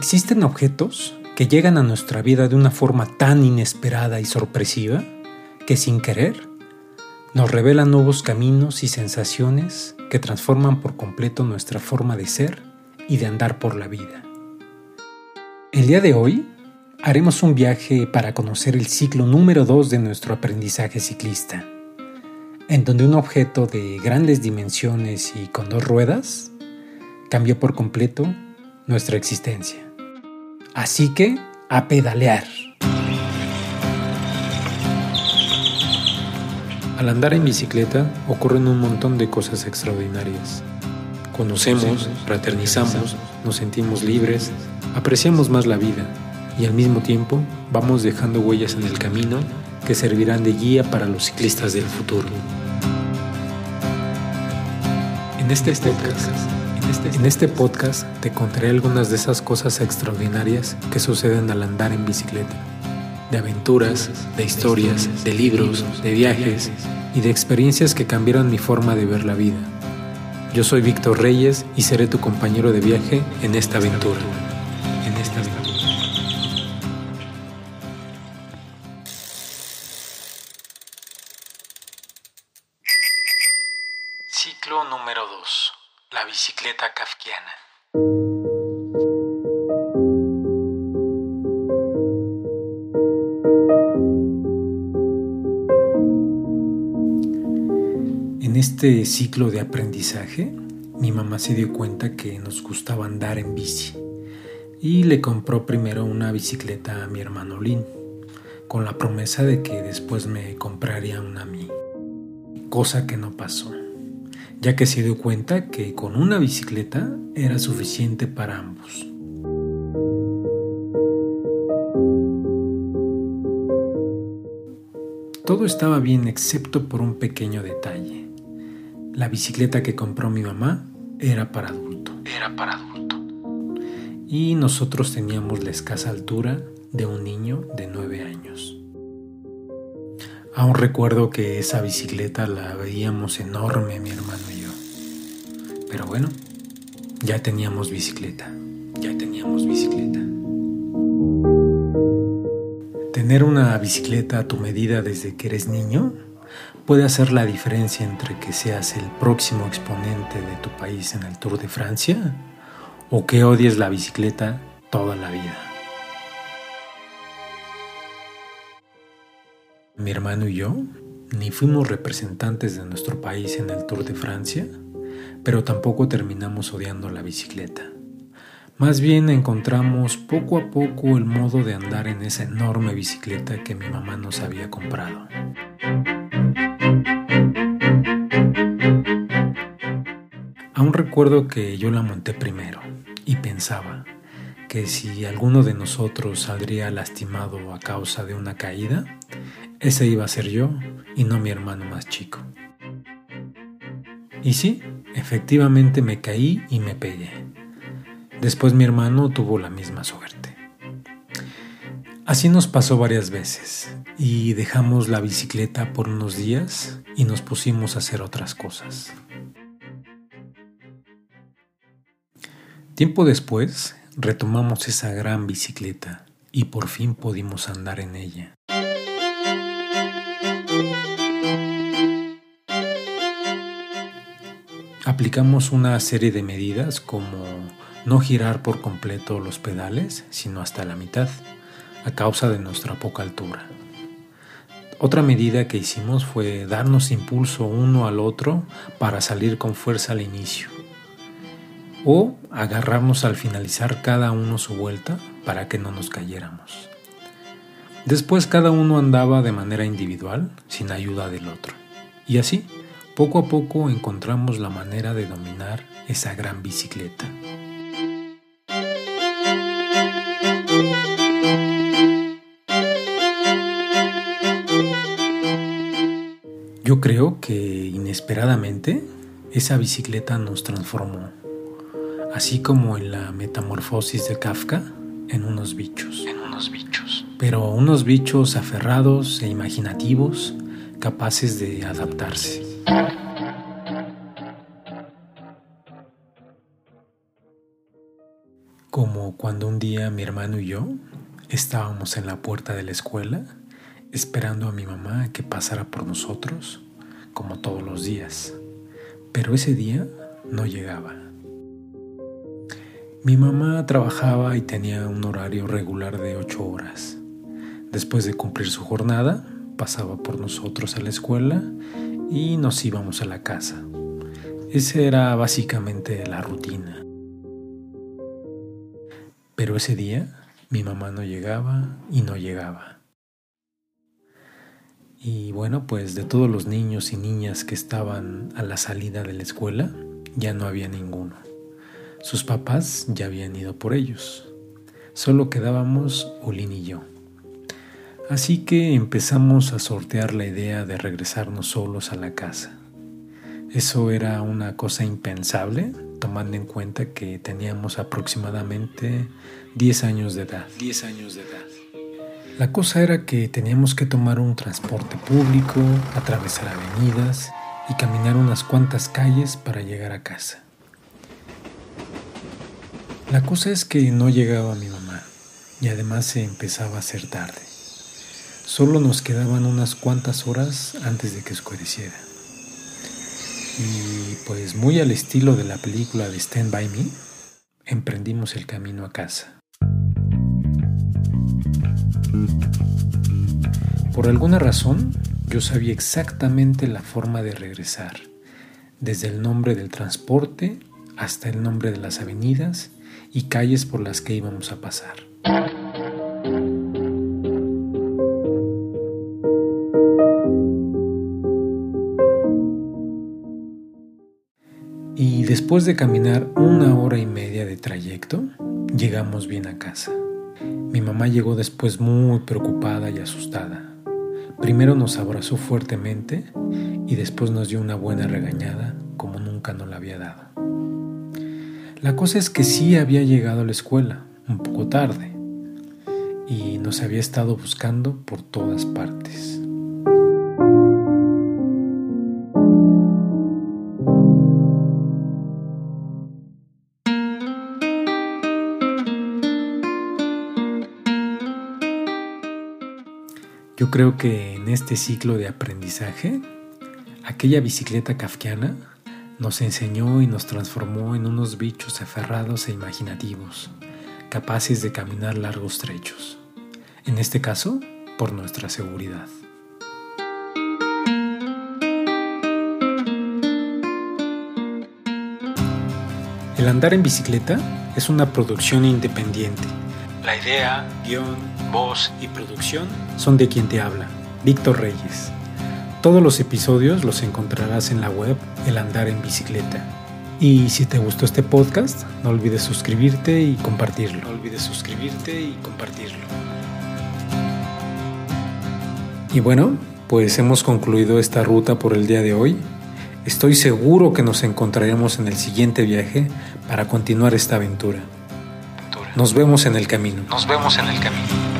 ¿Existen objetos que llegan a nuestra vida de una forma tan inesperada y sorpresiva que sin querer nos revelan nuevos caminos y sensaciones que transforman por completo nuestra forma de ser y de andar por la vida? El día de hoy haremos un viaje para conocer el ciclo número 2 de nuestro aprendizaje ciclista, en donde un objeto de grandes dimensiones y con 2 ruedas cambió por completo nuestra existencia. Así que, a pedalear. Al andar en bicicleta ocurren un montón de cosas extraordinarias. Conocemos, fraternizamos, nos sentimos libres, apreciamos más la vida y al mismo tiempo vamos dejando huellas en el camino que servirán de guía para los ciclistas del futuro. En este podcast te contaré algunas de esas cosas extraordinarias que suceden al andar en bicicleta. De aventuras, de historias, de libros, de viajes y de experiencias que cambiaron mi forma de ver la vida. Yo soy Víctor Reyes y seré tu compañero de viaje en esta aventura. Ciclo número 2. La bicicleta kafkiana. En este ciclo de aprendizaje, mi mamá se dio cuenta que nos gustaba andar en bici y le compró primero una bicicleta a mi hermano Lin, con la promesa de que después me compraría una a mí, cosa que no pasó, ya que se dio cuenta que con una bicicleta era suficiente para ambos. Todo estaba bien excepto por un pequeño detalle. La bicicleta que compró mi mamá era para adulto. Y nosotros teníamos la escasa altura de un niño de 9 años. Aún recuerdo que esa bicicleta la veíamos enorme mi hermano y yo. Pero bueno, ya teníamos bicicleta. Tener una bicicleta a tu medida desde que eres niño puede hacer la diferencia entre que seas el próximo exponente de tu país en el Tour de Francia o que odies la bicicleta toda la vida. Mi hermano y yo ni fuimos representantes de nuestro país en el Tour de Francia, pero tampoco terminamos odiando la bicicleta. Más bien encontramos poco a poco el modo de andar en esa enorme bicicleta que mi mamá nos había comprado. Aún recuerdo que yo la monté primero y pensaba que si alguno de nosotros saldría lastimado a causa de una caída, ese iba a ser yo y no mi hermano más chico. Y sí, efectivamente me caí y me pegué. Después mi hermano tuvo la misma suerte. Así nos pasó varias veces y dejamos la bicicleta por unos días y nos pusimos a hacer otras cosas. Tiempo después retomamos esa gran bicicleta y por fin pudimos andar en ella. Aplicamos una serie de medidas como no girar por completo los pedales, sino hasta la mitad, a causa de nuestra poca altura. Otra medida que hicimos fue darnos impulso uno al otro para salir con fuerza al inicio, o agarrarnos al finalizar cada uno su vuelta para que no nos cayéramos. Después cada uno andaba de manera individual, sin ayuda del otro, y así, poco a poco encontramos la manera de dominar esa gran bicicleta. Yo creo que inesperadamente esa bicicleta nos transformó, así como en la metamorfosis de Kafka, en unos bichos. Pero unos bichos aferrados e imaginativos, capaces de adaptarse. como cuando un día mi hermano y yo estábamos en la puerta de la escuela esperando a mi mamá que pasara por nosotros, como todos los días. Pero ese día no llegaba. Mi mamá trabajaba y tenía un horario regular de 8 horas. Después de cumplir su jornada, pasaba por nosotros a la escuela y nos íbamos a la casa. Esa era básicamente la rutina. Pero ese día mi mamá no llegaba y no llegaba. Y bueno, pues de todos los niños y niñas que estaban a la salida de la escuela, ya no había ninguno. Sus papás ya habían ido por ellos. Solo quedábamos Ulín y yo. Así que empezamos a sortear la idea de regresarnos solos a la casa. Eso era una cosa impensable, tomando en cuenta que teníamos aproximadamente 10 años de edad. La cosa era que teníamos que tomar un transporte público, atravesar avenidas y caminar unas cuantas calles para llegar a casa. La cosa es que no llegaba mi mamá y además se empezaba a hacer tarde. Solo nos quedaban unas cuantas horas antes de que oscureciera. Y pues muy al estilo de la película de Stand By Me, emprendimos el camino a casa. Por alguna razón, yo sabía exactamente la forma de regresar, desde el nombre del transporte hasta el nombre de las avenidas y calles por las que íbamos a pasar. Y después de caminar 1 hora y media de trayecto, llegamos bien a casa. Mi mamá llegó después muy preocupada y asustada. Primero nos abrazó fuertemente y después nos dio una buena regañada como nunca nos la había dado. La cosa es que sí había llegado a la escuela, un poco tarde, y nos había estado buscando por todas partes. Yo creo que en este ciclo de aprendizaje, aquella bicicleta kafkiana nos enseñó y nos transformó en unos bichos aferrados e imaginativos, capaces de caminar largos trechos. En este caso, por nuestra seguridad. El andar en bicicleta es una producción independiente. La idea, guión, voz y producción son de quien te habla, Víctor Reyes. Todos los episodios los encontrarás en la web El Andar en Bicicleta. Y si te gustó este podcast, no olvides suscribirte y compartirlo. Y bueno, pues hemos concluido esta ruta por el día de hoy. Estoy seguro que nos encontraremos en el siguiente viaje para continuar esta aventura. Nos vemos en el camino.